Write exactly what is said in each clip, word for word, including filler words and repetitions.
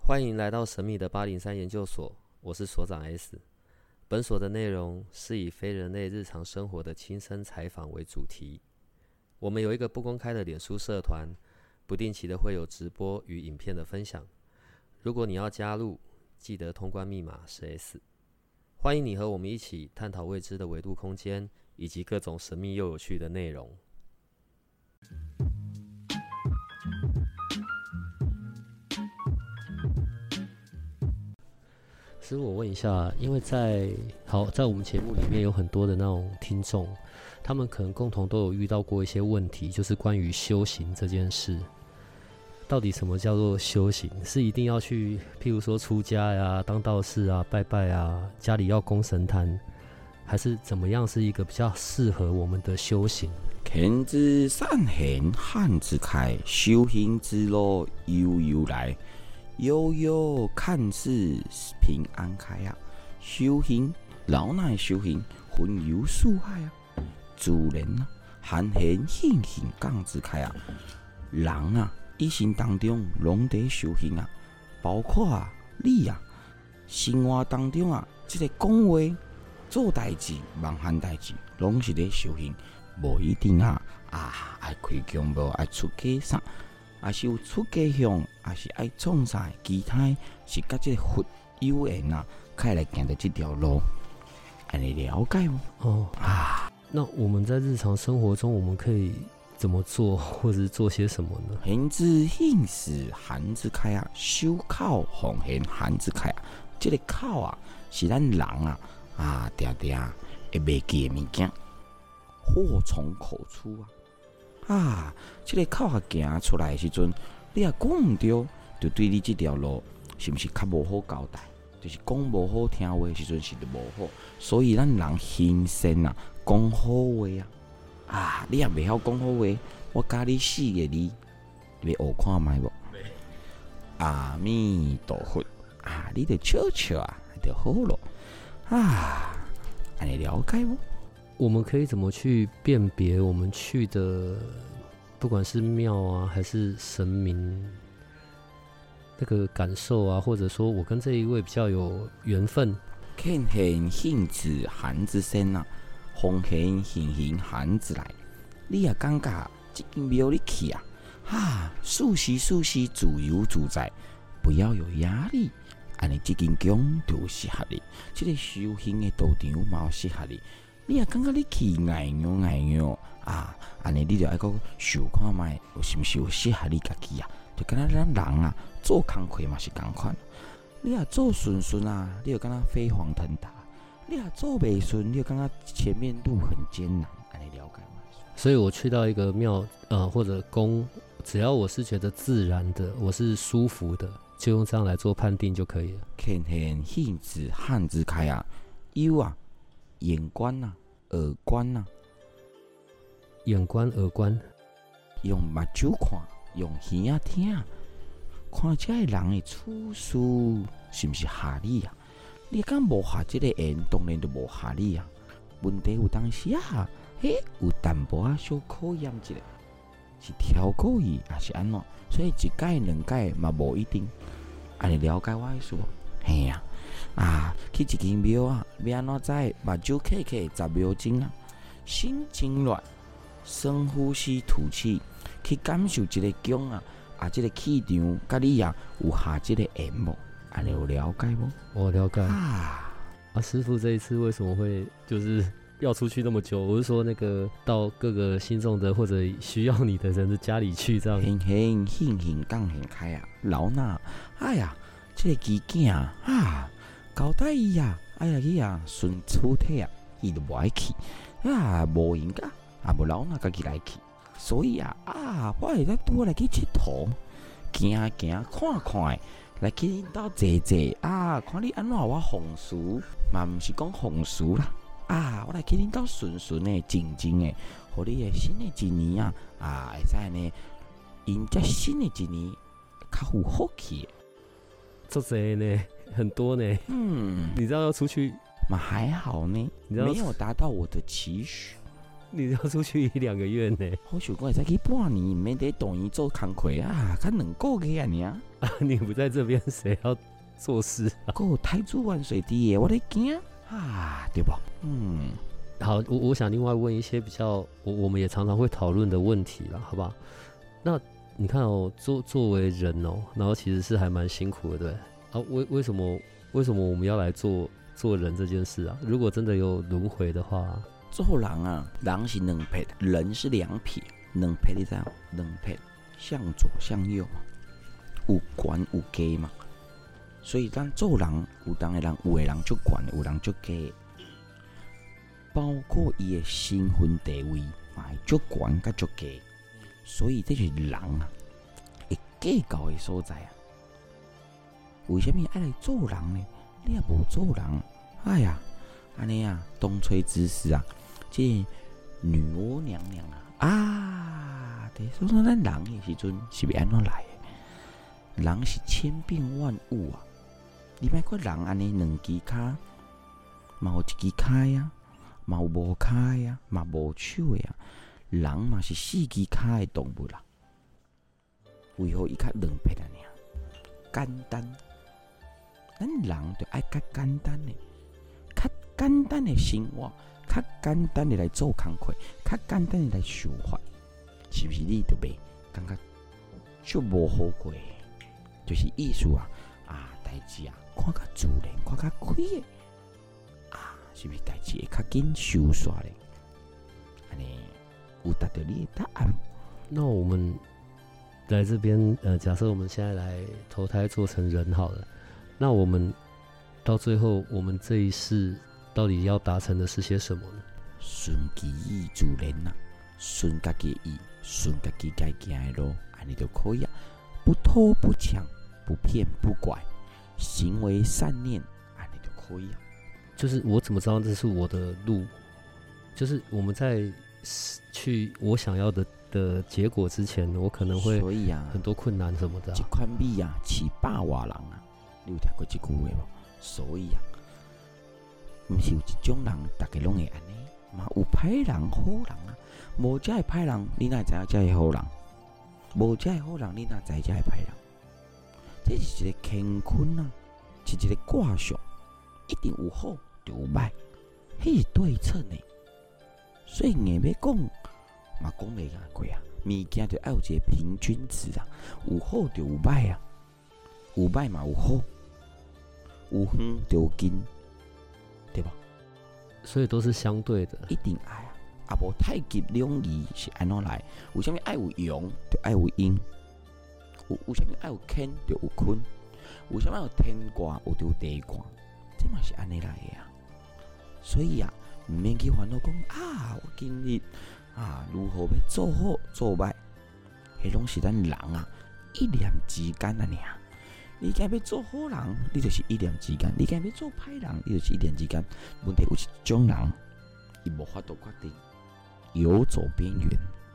欢迎来到神秘的八零三研究所，我是所长 S。本所的内容是以非人类日常生活的亲身采访为主题。我们有一个不公开的脸书社团，不定期的会有直播与影片的分享。如果你要加入，记得通关密码是 S。欢迎你和我们一起探讨未知的维度空间，以及各种神秘又有趣的内容。其实我问一下，因为在好在我们节目里面有很多的那种听众，他们可能共同都有遇到过一些问题，就是关于修行这件事。到底什么叫做修行？是一定要去，譬如说出家呀、当道士啊、拜拜啊，家里要供神坛，还是怎么样是一个比较适合我们的修行？ 天之善现，汉之开，修行之路悠悠来。悠悠看似平安开啊，修行老乃修行，魂游四海啊，自然啊，汉现现现讲之开啊，人啊，一生当中拢在修行啊，包括啊你啊，生活当中啊，这个讲话、做代志、忙汉代志，拢是在修行，无一定啊啊爱开疆无爱出家啥。也是有出家向，也是爱创啥其他，是甲这个佛有缘啊，开来行的这条路，安尼了解吗？ 哦啊，那我们在日常生活中，我们可以怎么做，或者是做些什么呢？ 行之行事，汉之开啊，修口奉献汉之开啊，这个口啊，是咱人啊啊，定定会袂记的物件，祸从口出啊。啊，这个口啊行出来的时阵，你也讲唔对，就对你这条路是不是较无好交代？就是讲无好听话的时阵是就无好，所以咱人行善啊，讲好话啊。啊，你也袂晓讲好话，我教你四个字，你要学看卖无？阿弥陀佛啊，你着笑笑啊，就好咯。啊，安尼了解无？ 我们可以怎么去辨别我们去的，不管是庙啊，还是神明，那个感受啊，或者说我跟这一位比较有缘分？ 见现现之汉之身啊，奉献现现汉之来。你也感觉这间庙你去啊，哈，舒适舒适，自由自在，不要有压力。安尼这间宫就适合你，这个修行的道场嘛适合你。你也感觉你去爱鸟爱鸟啊，安尼你就爱个想看卖，有是毋是有适合你家己啊？就敢若咱人啊，做工课嘛是共款。你也做顺顺啊，你就敢若飞黄腾达；你也做袂顺，你就感觉前面路很艰难。安尼了解吗？ 所以我去到一个庙，呃，或者宫，只要我是觉得自然的，我是舒服的，就用这样来做判定就可以了。 见现现之汉之开啊，有啊。眼观啊，耳观啊， 眼观、耳观， 用目睭看，用耳仔听，看这个人的处事是毋是合理啊？你敢无合这个缘，当然就无合理啊。问题有当时啊，嘿，有淡薄啊小考验一下，是挑过伊，还是安怎？所以一届两届嘛无一定。安尼了解我意思无？嘿呀。啊，去一间庙啊，要安怎知？目睭开开十秒钟啊，心静乱，深呼吸吐气，去感受这个宫啊，啊，这个气场，甲你啊有下这个缘无？安尼有了解无？ 我了解啊。 啊，师父这一次为什么会就是要出去那么久？我是说那个到各个信众的或者需要你的人的家里去，这样。 行行行行讲行开啊，老衲，哎呀，这个机件啊，啊。交代伊啊，哎呀去啊，顺出体啊，伊就无爱去啊，无闲噶，啊无老衲家己来去，所以啊啊，我会当拄来去佚佗，行行看看，来去恁兜坐坐啊，看你安怎我风俗，嘛毋是讲风俗啦，啊，我来去恁兜顺顺的、静静的，互你的新的一年啊啊，会使呢，迎接新的一年较有福气。 做这呢，很多呢。嗯，你知道要出去嘛还好呢，没有达到我的期许。 你要出去一两个月呢？ 我想讲会使去半年，毋免伫动院做工课啊，才两个月啊尔。 啊，你不在这边，谁要做事啊？ 还有太子万岁弟的，我咧惊啊，对不？嗯， 好，我我想另外问一些比较，我我们也常常会讨论的问题啦，好不好？那你看哦，作作为人哦，然后其实是还蛮辛苦的，对不对？啊，为为什么为什么我们要来做做人这件事啊？如果真的有轮回的话， 做人啊，人是两撇，人是两撇，两撇你知道？两撇向左向右嘛，有悬有低嘛。所以咱做人，有当的人，有的人就悬，有人就低，包括伊的身份地位嘛，就悬甲就低。所以这是人啊，会计较的所在啊。为什么爱来做人呢？你也无做人，哎呀，安尼啊，东吹之时啊，这女娲娘娘啊，啊，对，所以说咱人的时阵是要安怎来的？人是千变万物啊，你莫看人安尼两只脚，嘛有一只脚啊，嘛有无脚啊，嘛无手的啊。人嘛是四只脚的动物啦，为何伊较两撇啊？尔简单，咱人就爱较简单的，较简单的生活，较简单的来做工课，较简单的来想法，是不是？你就袂感觉就无好过？就是意思啊啊，代志啊，看较自然，看较开的啊，是不是？代志会较紧收煞咧？安尼。有达到你的答案。 那我们来这边，呃，假设我们现在来投胎做成人好了，那我们到最后，我们这一世到底要达成的是些什么呢？ 顺其自然呐、啊，顺家己意，顺家己该行的路，安尼就可以啊。不偷不抢，不骗不拐，行为善念，安尼就可以啊。 就是我怎么知道这是我的路？就是我们在去我想要的的结果之前，我可能会很多困难什么的、啊。 这款米啊，饲百外人啊，你有听过这句话无？所以啊，毋是有一种人，大家拢会安尼，嘛有歹人好人啊。无遮的歹人，你哪知影遮的好人？无遮的好人，你哪知遮的歹人？这是一个乾坤啊，是一个卦象，一定有好就有歹，迄是对称的。所以硬要讲，嘛讲袂下过啊。物件就要有一个平均值啊，有好就有歹啊，有歹嘛有好，有远就有近，对吧？ 所以都是相对的， 一定爱啊。啊，无太极两仪是安怎来？为什么爱有阳就爱有阴？有为什么爱有乾就有坤？为什么有天卦有就有地卦？这嘛是安尼来的啊。所以啊。毋免去烦恼讲啊，我今日啊如何要做好做歹，迄拢是咱人啊一念之间啊尔。你今要做好人，你就是一念之间；你今要做歹人，你就是一念之间。问题有一种人，伊无法度决定，游走边缘，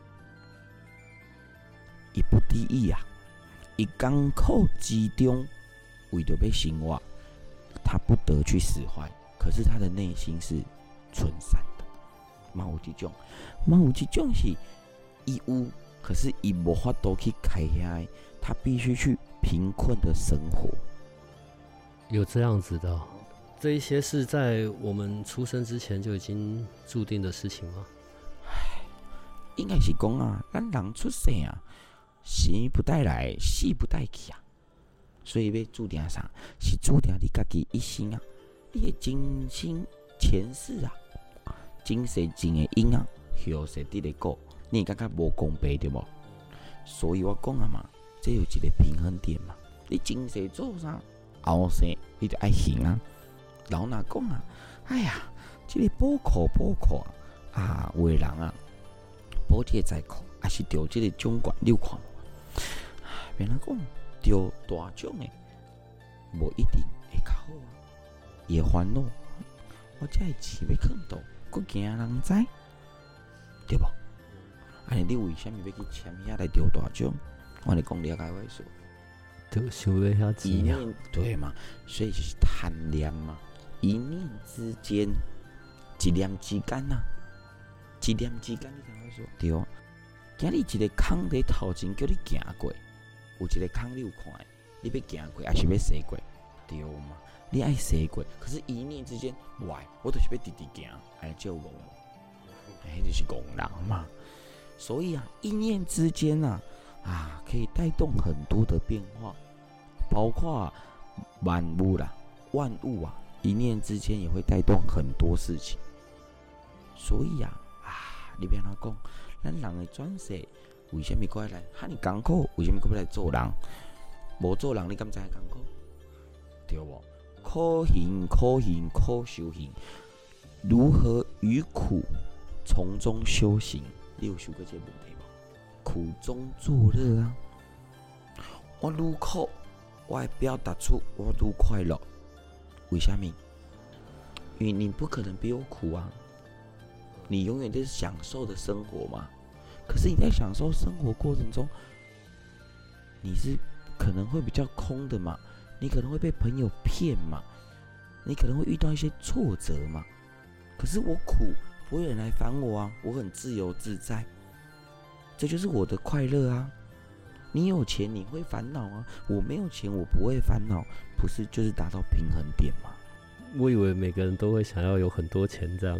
伊不得已啊，伊艰苦之中，为着要生活，他不得去使坏，可是他的内心是纯善的。嘛有这种，嘛有这种是伊有，可是伊无法度去开遐，他必须去贫困的生活。 有这样子的、哦，这一些是在我们出生之前就已经注定的事情吗？ 唉，应该是讲啊，咱人出生啊，生不带来，死不带去啊。所以要注定啥？是注定你家己一生啊，你的今生前世啊。前世种的因啊，后世得的果，你会感觉无公平对无？所以我讲啊嘛，这有一个平衡点嘛。你前世做啥，后世你就爱行啊。老衲讲啊，哎呀，这个补课补课啊，有的人啊，补这个财课，还是着这个奖券，你有看无？别人讲着大奖的，无一定会较好啊。伊会烦恼，我这个钱要囥倒。佫惊人知，对无？安尼你为虾米要去签遐来得大奖？我来讲了解我说， 就想要遐钱啊， 对嘛？所以就是贪念嘛，一念之间，一念之间呐、啊， 一念之间，你听我说，对哦。今日一个坑在头前叫你行过，有一个坑你有看的，你要行过还是要驶过？对嘛？你爱驶过，可是一念之间，喂，我就是要直直行，哎，就戆，哎，就是戆人嘛。所以啊，一念之间啊，啊，可以带动很多的变化，包括、啊、万物啦、万物啊，一念之间也会带动很多事情。所以啊，啊，你别哪讲，咱人的转世为什么过来哈尼艰苦？为什么过来做人？无做人，你敢知艰苦？对不？苦行、苦行、苦修行，如何于苦从中修行？你有想过这个问题吗？苦中作乐啊！我愈苦，我会表达出我愈快乐。为什么？因为你不可能比我苦啊！你永远都是享受的生活嘛。可是你在享受生活过程中，你是可能会比较空的嘛，你可能会被朋友骗嘛，你可能会遇到一些挫折嘛。可是我苦，不会有人来烦我啊，我很自由自在，这就是我的快乐啊。你有钱你会烦恼啊，我没有钱我不会烦恼，不是就是达到平衡点吗？ 我以为每个人都会想要有很多钱这样。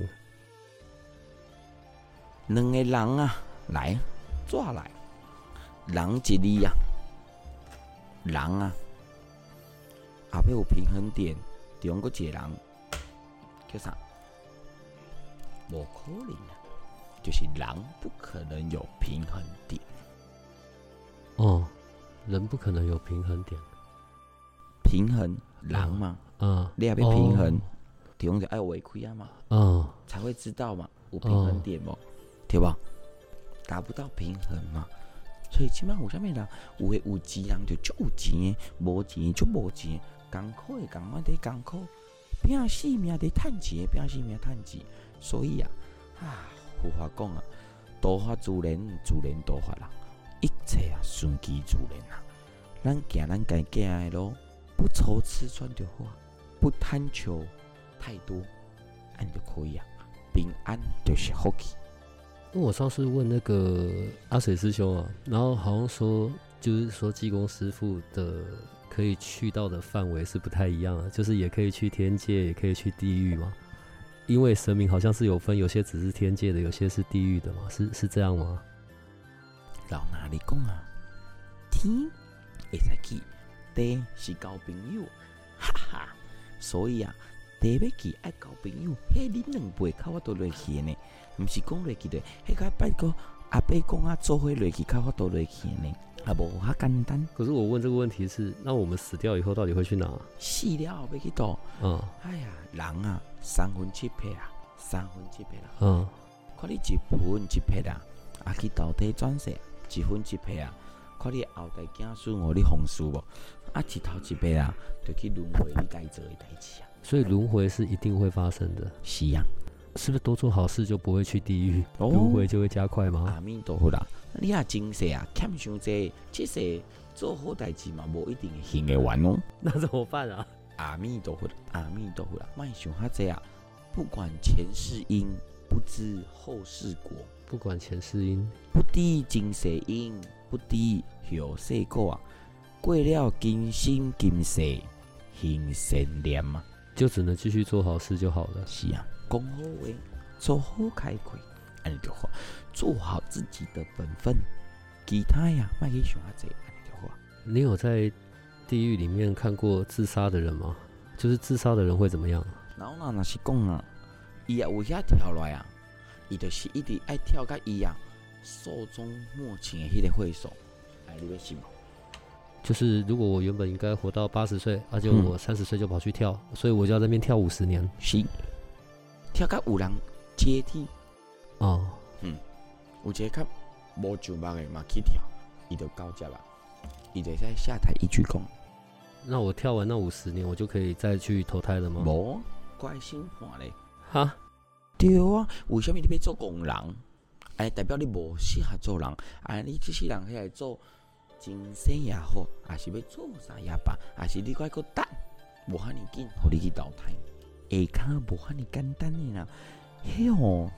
两个人啊，来，抓来，人一字啊，人啊，后尾有平衡点，中国一个人叫啥？无可能啊，就是人不可能有平衡点。 哦，人不可能有平衡点。 平衡人嘛， 嗯， 你也要平衡，中就爱有委屈啊嘛， 嗯， 才会知道嘛，有平衡点无，对吧？达不到平衡嘛，所以起码有啥物人，有诶有钱人就足有钱诶，无钱就无钱，艰苦诶艰苦伫艰苦，拼死命伫趁钱，拼死命趁钱。所以啊，啊，佛法讲啊，多法自然，自然多法人，一切啊顺其自然啊。咱行咱该行诶路，不愁吃穿就好，不贪求太多，安就可以啊。平安就是福气。 我上次问那个阿水师兄啊，然后好像说，就是说济公师傅的可以去到的范围是不太一样的，就是也可以去天界，也可以去地狱嘛。因为神明好像是有分，有些只是天界的，有些是地狱的嘛，是是这样吗？ 老衲你讲啊，天会使去，地是交朋友，哈哈。所以啊，地要去爱交朋友，迄恁两辈靠我都落去呢，毋是讲落去的，迄个拜个阿伯讲啊，做伙落去靠我都落去呢，啊无遐简单。 可是我问这个问题是，那我们死掉以后到底会去哪？ 死了后要去倒？嗯，哎呀，人啊，三分七撇啊，三分七撇啦。嗯，看你一分一撇啊，啊去倒地转世，一分一撇啊，看你后代子孙互你丰收无？啊，一头一撇啊，就去轮回你该做的代志啊。所以轮回是一定会发生的。 是啊， 是不是多做好事就不会去地狱？哦、轮回就会加快吗？ 阿弥陀佛啦！你啊，前世啊欠伤济，这世做好代志嘛，无一定行得完哦。 那怎么办啊？ 阿弥陀佛，阿弥陀佛啦！莫想遐济啊，不管前世因，不知后世果。 不管前世因， 不知前世因，不知后世果啊！过了今生今世，行善念啊， 就只能继续做好事就好了。 是啊，讲好话，做好开开，安尼就好，做好自己的本分，其他呀，莫去想遐济，安尼就好。 你有在地狱里面看过自杀的人吗？就是自杀的人会怎么样？ 然后呢，若是讲啊，伊也有遐跳落来啊，伊就是一直爱跳到伊啊寿终末前的迄个会所，哎，你要信无？ 就是如果我原本应该活到八十岁，而且我三十岁就跑去跳，嗯、所以我就要在那边跳五十年。 是，跳到有人接替。 哦， 嗯，有一个较无上目的嘛去跳，伊就到这啊，伊就在下台一鞠躬。 那我跳完那五十年，我就可以再去投胎了吗？ 无，怪心判咧。 哈？ 对啊，为什么你要做工人？哎，代表你无适合做人。哎，你这世人起来做。前世也好，还是要做啥也罢，还是你快个等，无遐尼紧，互你去投胎，下骹无遐尼简单的啦。迄吼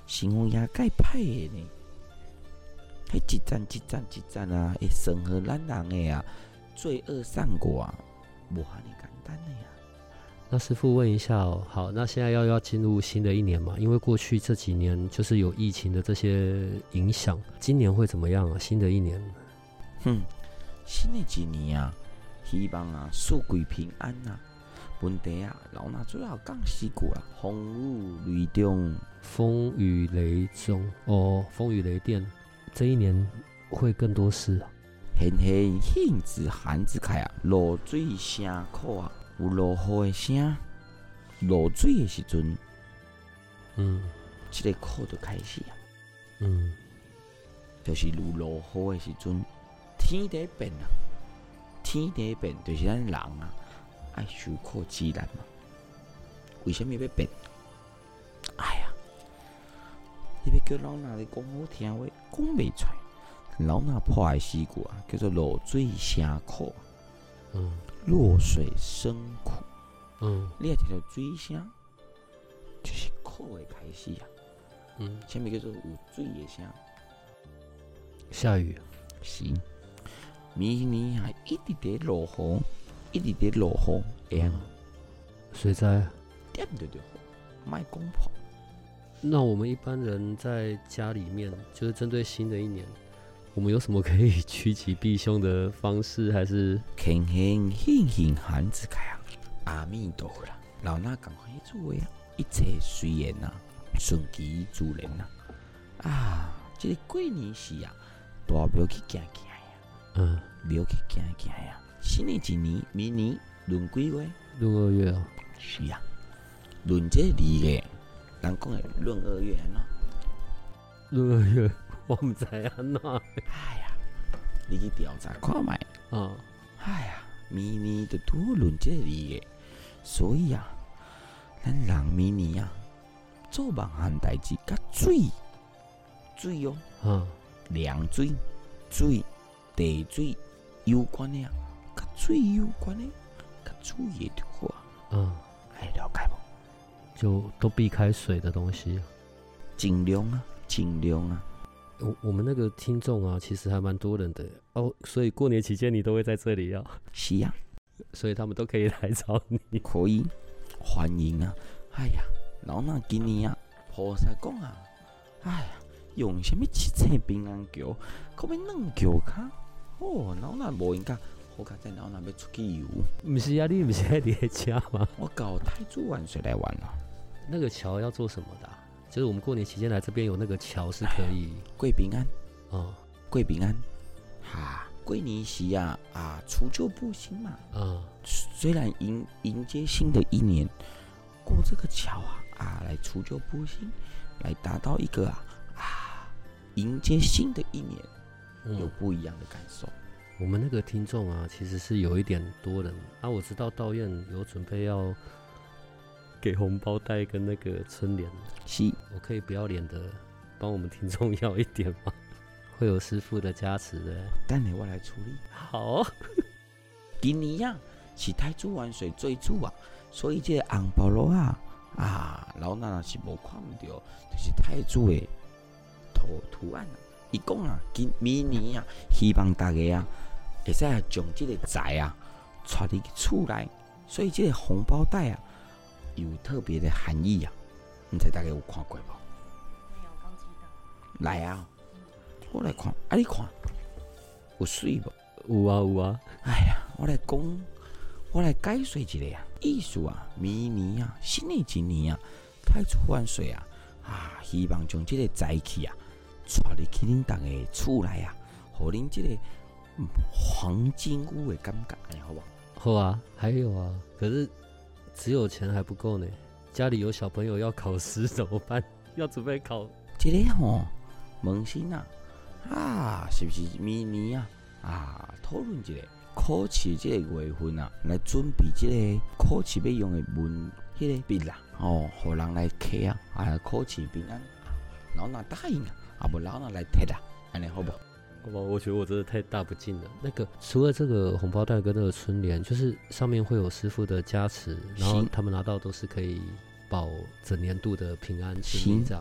生活也介歹的呢。迄一赞一赞一赞啊，会算互咱人的啊，罪恶善果啊，无遐尼简单的呀、啊。 那师父问一下哦，好，那现在要要进入新的一年嘛？因为过去这几年就是有疫情的这些影响，今年会怎么样啊？新的一年， 哼，新的一年啊，希望啊，四季平安啊。问题啊，老衲最后讲四句啊，风雨雷中， 风雨雷中哦，风雨雷电，这一年会更多事啊。 现现杏子寒子开啊，落水声苦啊，有落雨的声，落水的时阵， 嗯， 这个苦就开始啊， 嗯， 就是有落雨的时阵，天在变啊，天在变，就是咱人啊。爱受苦自然嘛？为什么要变？哎呀，你要叫老衲来讲好听话，讲袂出来。老衲破的诗句啊，叫做落水声苦， 嗯， 落水生苦。 嗯， 你也听到水声，就是苦的开始啊。 嗯， 什么叫做有水的声？ 下雨。 是，明年还一直在落雨。一直在落雨，会安水灾， 点着就好，卖讲破。 那我们一般人在家里面，就是针对新的一年，我们有什么可以趋吉避凶的方式？还是庆幸幸幸寒子开啊，阿弥陀佛啦，老衲赶快做呀，一切随缘呐，顺其自然呐。啊，这个过年时啊，大庙去行行呀， 嗯， 庙去行行呀。新的一年，明年闰几月？ 闰二月啊。 是啊，闰这二月，人讲的闰二月安怎？ 闰二月，我唔知安怎。 哎呀，你去调查看卖。 啊， 哎呀，明年就拄好闰这二月，所以啊，咱人明年啊，做梦项代志甲水，水哦， 啊， 凉水、水、地水有关的啊。甲水有关的，甲注意就好啊。 嗯， 哎，了解无？ 就都避开水的东西。 尽量啊，尽量啊。 我我们那个听众啊，其实还蛮多人的哦，所以过年期间你都会在这里啊。 是啊， 所以他们都可以来找你。 可以，欢迎啊！哎呀，老衲今年啊，菩萨讲啊，哎呀，用什么七彩平安桥，可要软桥卡？哦，老衲无应该。我刚才老衲要出去游， 不是啊，你不是在你的家吗？ 我搞太子万岁来玩了。 那个桥要做什么的、啊？就是我们过年期间来这边有那个桥是可以过平安， 哦， 过平安，哈，过年时啊啊，除旧布新嘛。 嗯， 虽然迎迎接新的一年，过这个桥啊啊，来除旧布新，来达到一个啊啊，迎接新的一年， 嗯、 有不一样的感受。 我们那个听众啊，其实是有一点多人啊。我知道道院有准备要给红包袋跟那个春联， 是， 我可以不要脸的帮我们听众要一点吗？会有师父的加持的。 等下我来处理。 好， 今年啊是太子万岁做主啊，所以这个红包箩啊啊，老衲是无看唔到，就是太子的图图案啊。伊讲啊，今明年啊，希望大家啊。会使将这个财啊，带入厝内，所以这个红包袋啊，有特别的含义啊。唔知大家有看过无？ 没有，刚知道。 来啊，我来看，啊你看，有水无？ 有啊有啊。 哎呀，我来讲，我来解说一下啊。意思啊，明年啊，新的一年啊，太子万岁啊，啊，希望将这个财气啊，带入去恁大家厝内啊，互恁这个。黄金屋的感觉，哎，好不好？ 好啊，还有啊，可是只有钱还不够呢。家里有小朋友要考试怎么办？要准备考。 这个吼，问心啊，啊，是不是明年啊啊讨论一下考试这个月份啊，来准备这个考试要用的文迄个笔啦，哦，互人来刻啊，啊考试平安，老衲答应啊，啊无老衲来摕啦，安尼好不好？ 好吧，我觉得我真的太大不敬了。那个除了这个红包袋跟那个春联，就是上面会有师父的加持，然后他们拿到都是可以保整年度的平安顺利这样。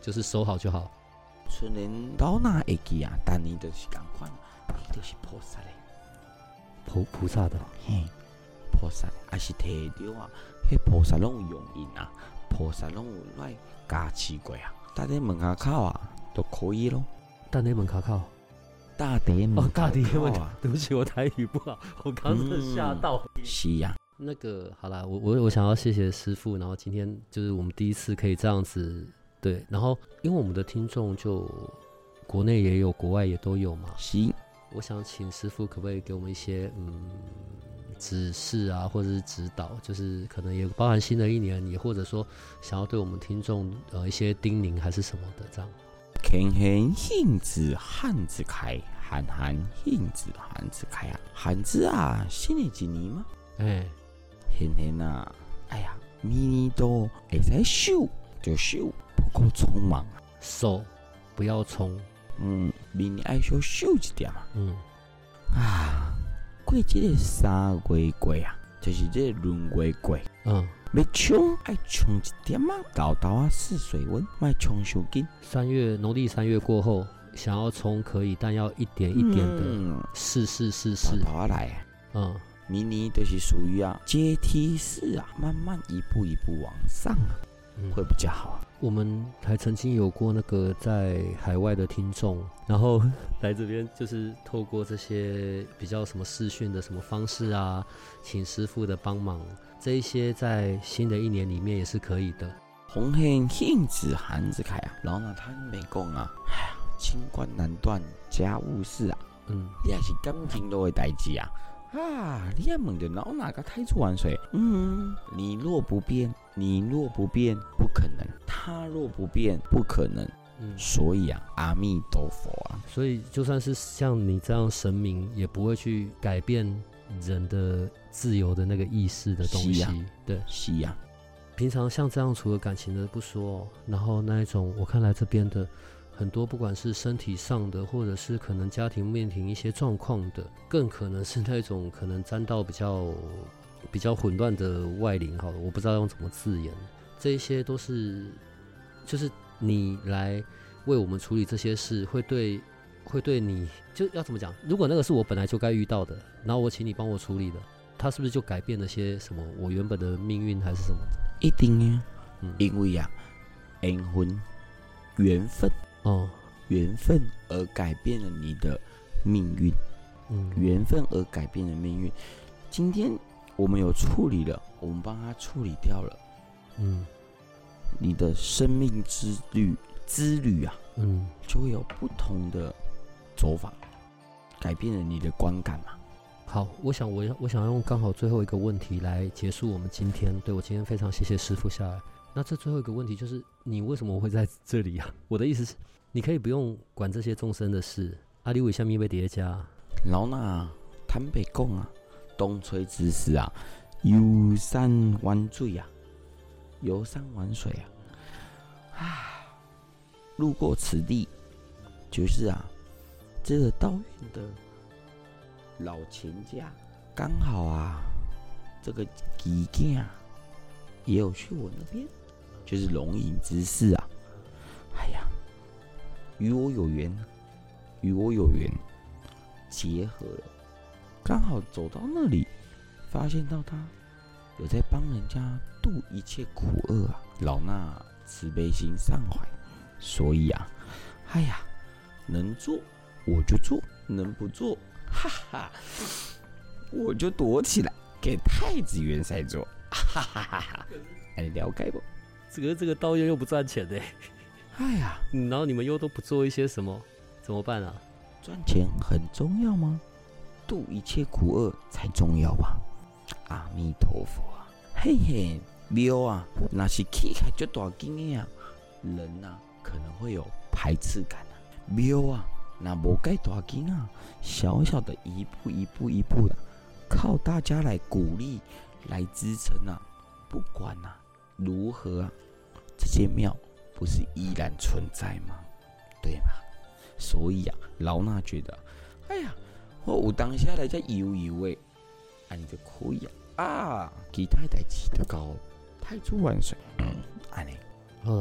就是收好就好。 虽然老衲会记啊，但你就是同款，你就是菩萨嘞， 菩菩萨的， 嘿，菩萨还是摕着啊，迄菩萨拢有用印啊，菩萨拢有来加持过啊，搭在门口口啊都可以咯。 大内门卡靠。 大碟门哦，大碟门啊， 对不起，我台语不好，我刚刚真的吓到。 嗯、是呀、啊， 那个好啦，我我我想要谢谢师父，然后今天就是我们第一次可以这样子，对，然后因为我们的听众就国内也有，国外也都有嘛， 是， 我想请师父可不可以给我们一些嗯指示啊，或者是指导，就是可能也包含新的一年，也或者说想要对我们听众呃一些叮咛还是什么的这样。 天寒杏子汉子开，寒寒杏子汉子开啊！汉子啊，新的一年吗？ 哎、欸， 现现啊，哎呀，明年都会使收就收，不够匆忙啊， 收不要冲， 嗯，明年爱少收一点啊， 嗯啊，过这个三月过啊，就是这个闰月过， 嗯。 要冲爱冲一点啊，豆豆啊试水温，莫冲伤紧。 三月农历三月过后，想要冲可以，但要一点一点的试试试试。 豆豆来啊， 嗯， 明年就是属于啊阶梯式啊，慢慢一步一步往上啊，嗯、会比较好啊。 我们还曾经有过那个在海外的听众，然后来这边就是透过这些比较什么视讯的什么方式啊，请师父的帮忙。这一些在新的一年里面也是可以的。 红杏杏子寒子开啊，老衲他没讲啊，哎呀，清官难断家务事啊，嗯，你也是感情路的代志啊，啊，你也问着老衲甲太子万岁，嗯，你若不变，你若不变，不可能；他若不变，不可能。嗯，所以啊，阿弥陀佛啊， 所以就算是像你这样神明，也不会去改变人的自由的那个意识的东西， 啊、 对， 是呀、啊。 平常像这样，除了感情的不说，然后那一种我看来这边的很多，不管是身体上的，或者是可能家庭面临一些状况的，更可能是那种可能沾到比较比较混乱的外灵。好了，我不知道用怎么字眼，这一些都是就是你来为我们处理这些事，会对。会对你就要怎么讲？如果那个是我本来就该遇到的，然后我请你帮我处理的，他是不是就改变了些什么？我原本的命运还是什么？ 一定啊，嗯、因为啊，缘分、缘分哦，缘分而改变了你的命运，嗯，缘分而改变了命运。今天我们有处理了，我们帮他处理掉了，嗯，你的生命之旅之旅啊，嗯，就会有不同的走法，改变了你的观感嘛。 好，我想我我想用刚好最后一个问题来结束我们今天。对，我今天非常谢谢师父下来。那这最后一个问题就是，你为什么会在这里啊？我的意思是，你可以不用管这些众生的事。啊，你为什么被叠加？ 老衲坦白讲啊，东吹之时啊，游山玩水啊，游山玩水啊，啊。路过此地，就是啊，这个道院的老钱家刚好啊，这个吉囝也有去我那边，就是龙隐之士啊。哎呀，与我有缘，与我有缘，结合了，刚好走到那里，发现到他有在帮人家度一切苦厄啊，老衲慈悲心上怀。所以啊，哎呀，能做我就做，能不做，哈哈，我就躲起来给太子元帅做，哈哈哈哈！哎，了解不？ 这个这个道院又不赚钱的， 哎呀， 然后你们又都不做一些什么，怎么办啊？ 赚钱很重要吗？度一切苦厄才重要吧？阿弥陀佛啊！嘿嘿，庙啊，那是起开就大间的啊，人呐、啊。可能会有排斥感啊，庙啊，那无盖大间啊，小小的一步一步一步的，靠大家来鼓励、来支撑啊，不管啊如何啊，这些庙不是依然存在吗？对吗？所以啊，老衲觉得，哎呀，我有当下来才游游诶，安尼就可以啊，啊，其他代志就搞太子万岁，嗯，安尼好了。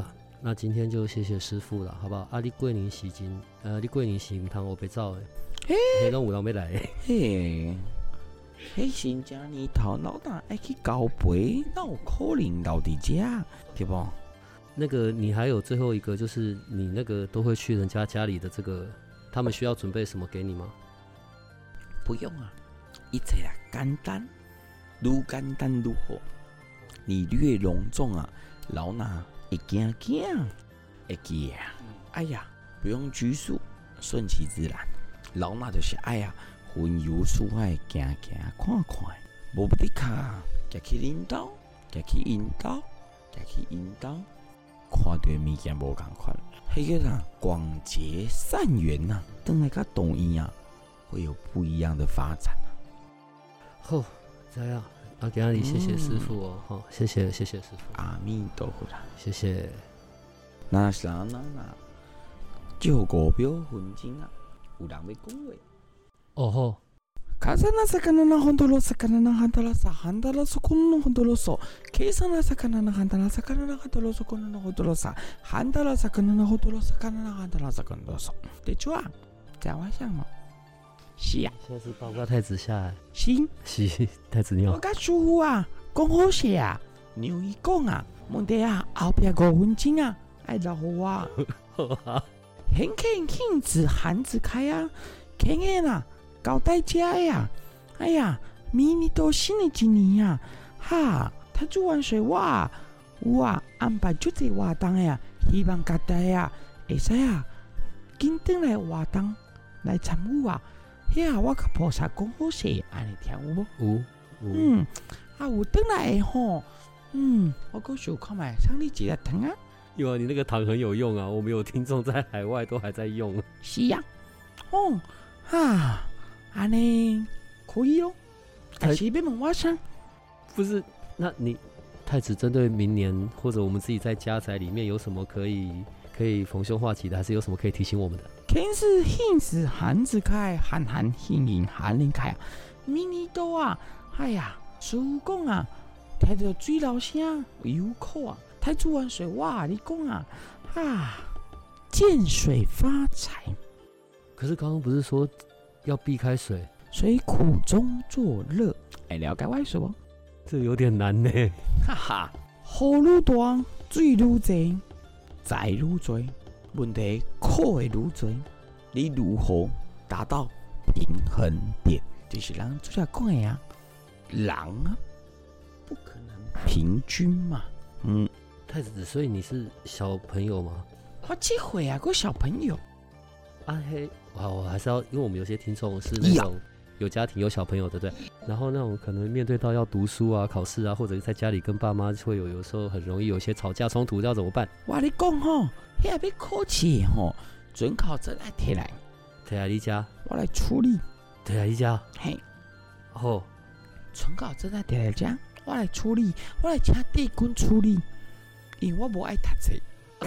那今天就谢谢师傅了，好不好？啊，你过年时间，呃，你过年时唔通我别走诶，嘿，拢有人要来。 嘿，迄新正年头老大爱去交陪，哪有可能留伫遮，对不？ 那个，你还有最后一个，就是你那个都会去人家家里的这个，他们需要准备什么给你吗？ 不用啊，一切啊简单，愈简单愈好。你越隆重啊，老衲会惊惊，会记啊。哎呀，不用拘束，顺其自然。老衲就是爱啊，云游四海，行行看看，无不的卡，行去恁兜，行去因兜，行去因兜，看到的物件无共款。迄个啊，广结善缘呐、啊，等来甲同伊啊，会有不一样的发展啊。 好，这样。啊，今日谢谢师傅哦，好、嗯，谢谢谢谢师傅， 阿弥陀佛啦， 谢谢。 那啥那那，就五秒分钟啊，有人要讲话。 哦吼。 カサナサカナナホンドロサカナナハンダラサハンダラソコノホンドロソケイサナサカナナハンダラサカナナハンダラソコノホンドロサハンダラサカナナホンドロサカナナハンダラサコノソ。对错啊？在我想嘛。是啊， 现在是报告太子下来。 是是太子尿。 我甲师傅啊讲好势啊，让伊讲啊，问题啊后壁五分钟啊，爱留我啊。 好啊。 很肯杏子韩子开啊，肯肯啊。交代家呀，哎呀，明年到新的一年啊，哈，他煮完水哇，有啊安排足侪活动呀，希望各大啊会使啊，紧转来活动来参与啊，遐啊我甲菩萨讲好势，安尼听有无？ 有，有。 嗯，啊有转来的吼，嗯，我搁想看卖送你一粒糖啊。 有啊，你那个糖很有用啊，我们有听众在海外都还在用。 是呀、啊，哦，哈。安尼可以哦，但是要问我啥？ 不是，那你太子针对明年或者我们自己在家宅里面有什么可以可以逢凶化吉的，还是有什么可以提醒我们的？ 天是幸是寒子开，寒寒幸运寒林开啊！明年度啊，哎呀，师傅讲啊，听到水流声有口啊，太煮完水哇，你讲啊，啊，见水发财。 可是刚刚不是说？要避开水， 所以苦中作乐。哎，了解我意思不？ 这有点难呢。 哈哈，雨愈大，水愈多，财愈多，问题苦的愈多。你如何达到平衡点？就是人主要讲的啊，人啊，不可能平均嘛。嗯， 太子，所以你是小朋友吗？ 我这回啊，个小朋友。 啊嘿，哇，我还是要，因为我们有些听众是那种有家庭有小朋友，对不对？然后那种可能面对到要读书啊、考试啊，或者在家里跟爸妈会有有时候很容易有一些吵架冲突，要怎么办？ 我跟你讲吼，遐要考试吼，准考证来摕来， 摕来你家， 我来处理。 摕来你家， 嘿， 哦， 准考证来摕来遮，我来处理，我来请地君处理，因为我无爱读册。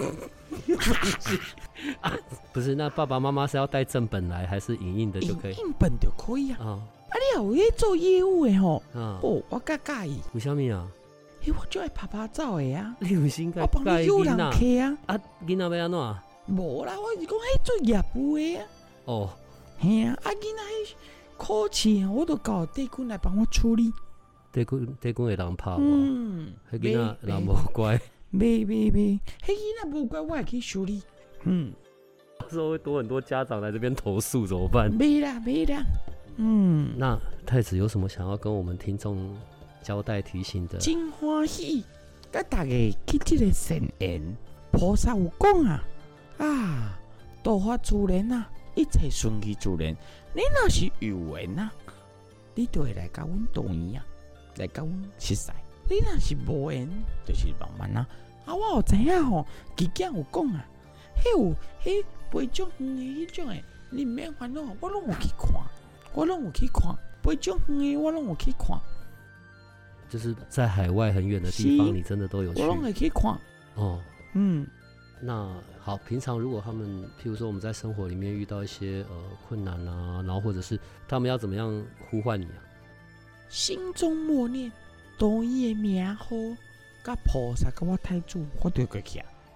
啊、不是，那爸爸妈妈是要带正本来，还是影印的就可以？ 影印本就可以啊。 啊， 啊，你有咧做业务的吼？ 啊， 哦，我介介意。 为什么啊？ 嘿，我就爱拍拍照的啊。 你有心介我帮你有人客啊。 啊，囡仔要安怎啊？ 无啦，我是讲迄做业务的啊。 哦， 嘿啊，啊囡仔迄考试，我都交地君来帮我处理。 地君地君会人拍无？ 嗯， 迄囡仔人无乖。 袂袂袂，迄囡仔无乖，我会去修理。嗯， 到时候会多很多家长来这边投诉，怎么办？ 袂啦袂啦。嗯， 那太子有什么想要跟我们听众交代提醒的？ 真欢喜，甲大家去这个善缘，菩萨有讲啊，啊，道法自然啊，一切顺其自然。你若是有缘啊，你就会来甲阮同意啊，来甲阮熟识。你若是无缘，就是慢慢啊。啊，我有知影吼，其囝有讲啊，迄有迄杯种远的迄种诶，你毋免烦恼，我拢有去看，我拢有去看，杯种远的我拢有去看。 就是在海外很远的地方，你真的都有去？ 我拢会去看。 哦， 嗯， 那好，平常如果他们，譬如说我们在生活里面遇到一些呃困难啊，然后或者是他们要怎么样呼唤你啊？ 心中默念。同伊的名号，甲菩萨甲我太子，我就过去啊。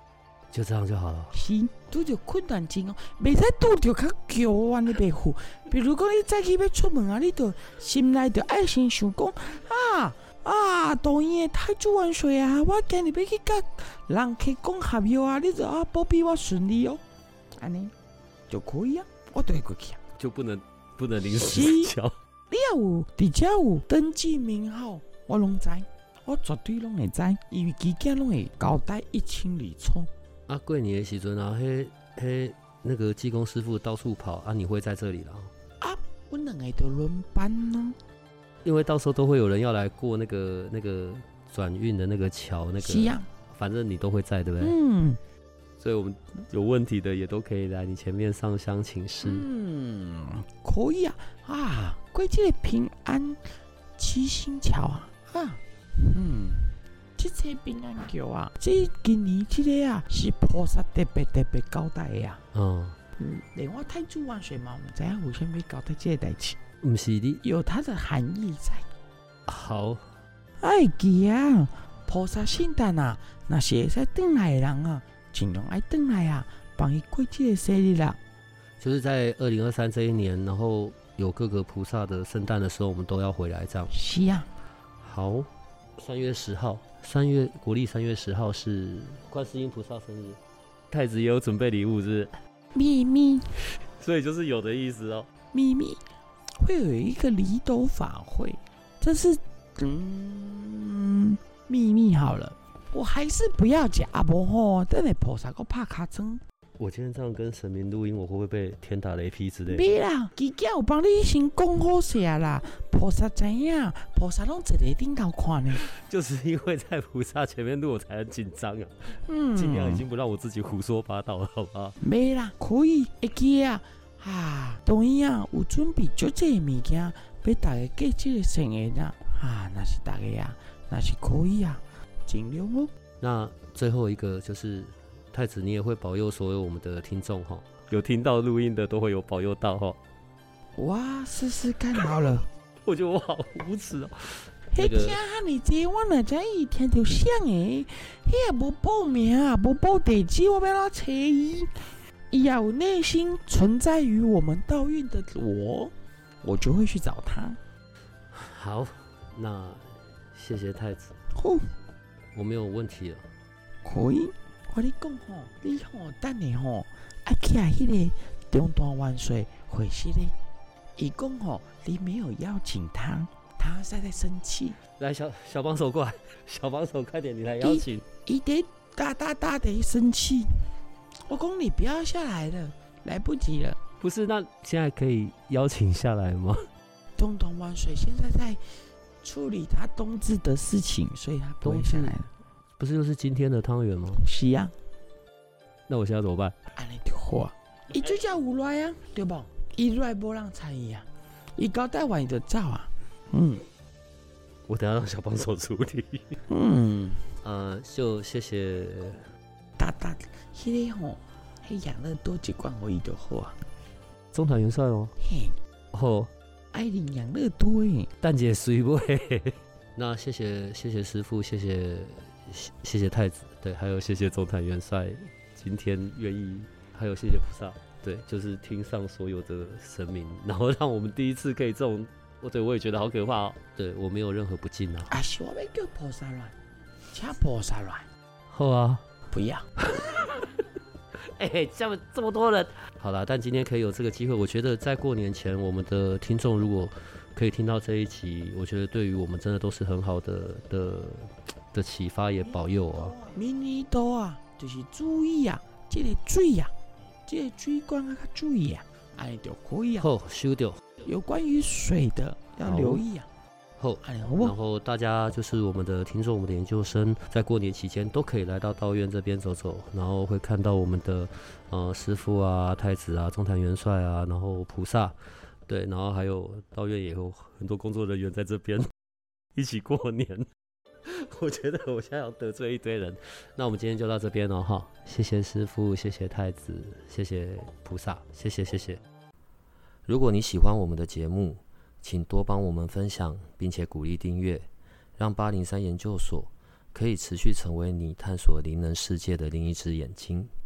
就这样就好了。 是拄着困难症哦，袂使拄着较强弯的白虎。比如讲，你早起要出门啊，你着心内着爱先想讲啊啊，导演的太子万岁啊！我今日要去甲人客讲合约啊，你着啊保庇我顺利哦，安尼就可以啊，我就会过去啊。 就不能不能临时交。 你也有伫遮有登记名号，我拢知，我绝对拢会知，因为基建拢会交代一清二楚。 啊，过年的时阵啊，嘿嘿，那个技工师傅到处跑啊，你会在这里啦？ 啊，我两个就轮班呢。 因为到时候都会有人要来过那个那个转运的那个桥，那个是啊， 反正你都会在，对不对？ 嗯， 所以我们有问题的也都可以来你前面上香请示。 嗯，可以啊啊，过这个平安七星桥啊啊，嗯，这个平安桥啊，这今年这个啊是菩萨特别特别交代的啊。 嗯， 嗯，连我太子万岁嘛，唔知影为什么交代这个代志。 不是你有它的含义在。 好， 爱记啊，菩萨圣诞啊，若是会使转来的人啊，尽量爱转来啊，帮伊过这个生日啦。 就是在二零二三这一年，然后有各个菩萨的圣诞的时候，我们都要回来这样。 是啊， 好，三月十号，三月国历三月十号是观世音菩萨生日，太子也有准备礼物，是不是？ 秘密， 所以就是有的意思哦。 秘密。会有一个离斗法会，这是嗯秘密好了，我还是不要讲不吼，等下菩萨给我拍卡针。 我今天这样跟神明录音，我会不会被天打雷劈之类的？ 别啦，基建有帮你先讲好些啦，菩萨知影，菩萨拢坐在顶头看呢。 就是因为在菩萨前面录，我才很紧张啊。 嗯， 尽量已经不让我自己胡说八道了，好不好？ 没啦，可以，会记啊。啊，当然啊，有准备足这个物件，要大家过这个生日啦。啊，那是大家啊，那是可以啊，尽量咯。 那最后一个就是太子，你也会保佑所有我们的听众哈，有听到录音的都会有保佑到哈。 哇，试试看好了。 我觉得我好无耻哦。 迄听哈尼济，我哪知伊听着响诶，迄也无报名啊，无报地址，我要哪找伊？伊要有内心存在于我们道运的我，我就会去找他。 好，那谢谢太子。 好， 我没有问题了。 可以，我你讲吼，你吼等下吼，爱去啊迄个中大万岁会室咧。伊讲吼，你没有邀请他，他在在生气。 来，小小帮手过来，小帮手快点，你来邀请。 伊得大大大的生气。我讲你不要下来了，来不及了。 不是，那现在可以邀请下来吗？ 东东万岁现在在处理他冬至的事情，所以他不会下来了。 不是就是今天的汤圆吗？ 是啊。 那我现在怎么办？ 安尼就好啊。伊最早有来啊，对不？伊来无人参与啊，伊交代完伊就走啊。嗯。 我等下让小帮手处理。 嗯。 呃，就谢谢。 大大，迄个吼，迄养乐多一罐我伊就好啊。 中团元帅哦。 嘿。 哦。 爱啉养乐多诶。 蛋姐水不嘿。那谢谢谢谢师父，谢谢谢谢太子，对，还有谢谢中坛元帅，今天愿意，还有谢谢菩萨，对，就是听上所有的神明，然后让我们第一次可以这种，我对我也觉得好可怕哦。对我没有任何不敬啊。 啊，是我要叫菩萨来，请菩萨来。 好啊。 不要。 哎、欸，这么这么多人，好啦，但今天可以有这个机会，我觉得在过年前，我们的听众如果可以听到这一集，我觉得对于我们真的都是很好的的的启发，也保佑啊。 明年度啊，就是注意啊，这个水啊，这个水管啊，注意啊，安尼就可以啊。 好，收掉。 有关于水的要留意啊。 后，然后大家就是我们的听众，我们的研究生，在过年期间都可以来到道院这边走走，然后会看到我们的呃师父啊、太子啊、中坛元帅啊，然后菩萨，对，然后还有道院也有很多工作人员在这边一起过年。我觉得我现在要得罪一堆人，那我们今天就到这边了哈，谢谢师父，谢谢太子，谢谢菩萨，谢谢谢谢。如果你喜欢我们的节目，请多帮我们分享，并且鼓励订阅，让八零三研究所可以持续成为你探索灵能世界的另一只眼睛。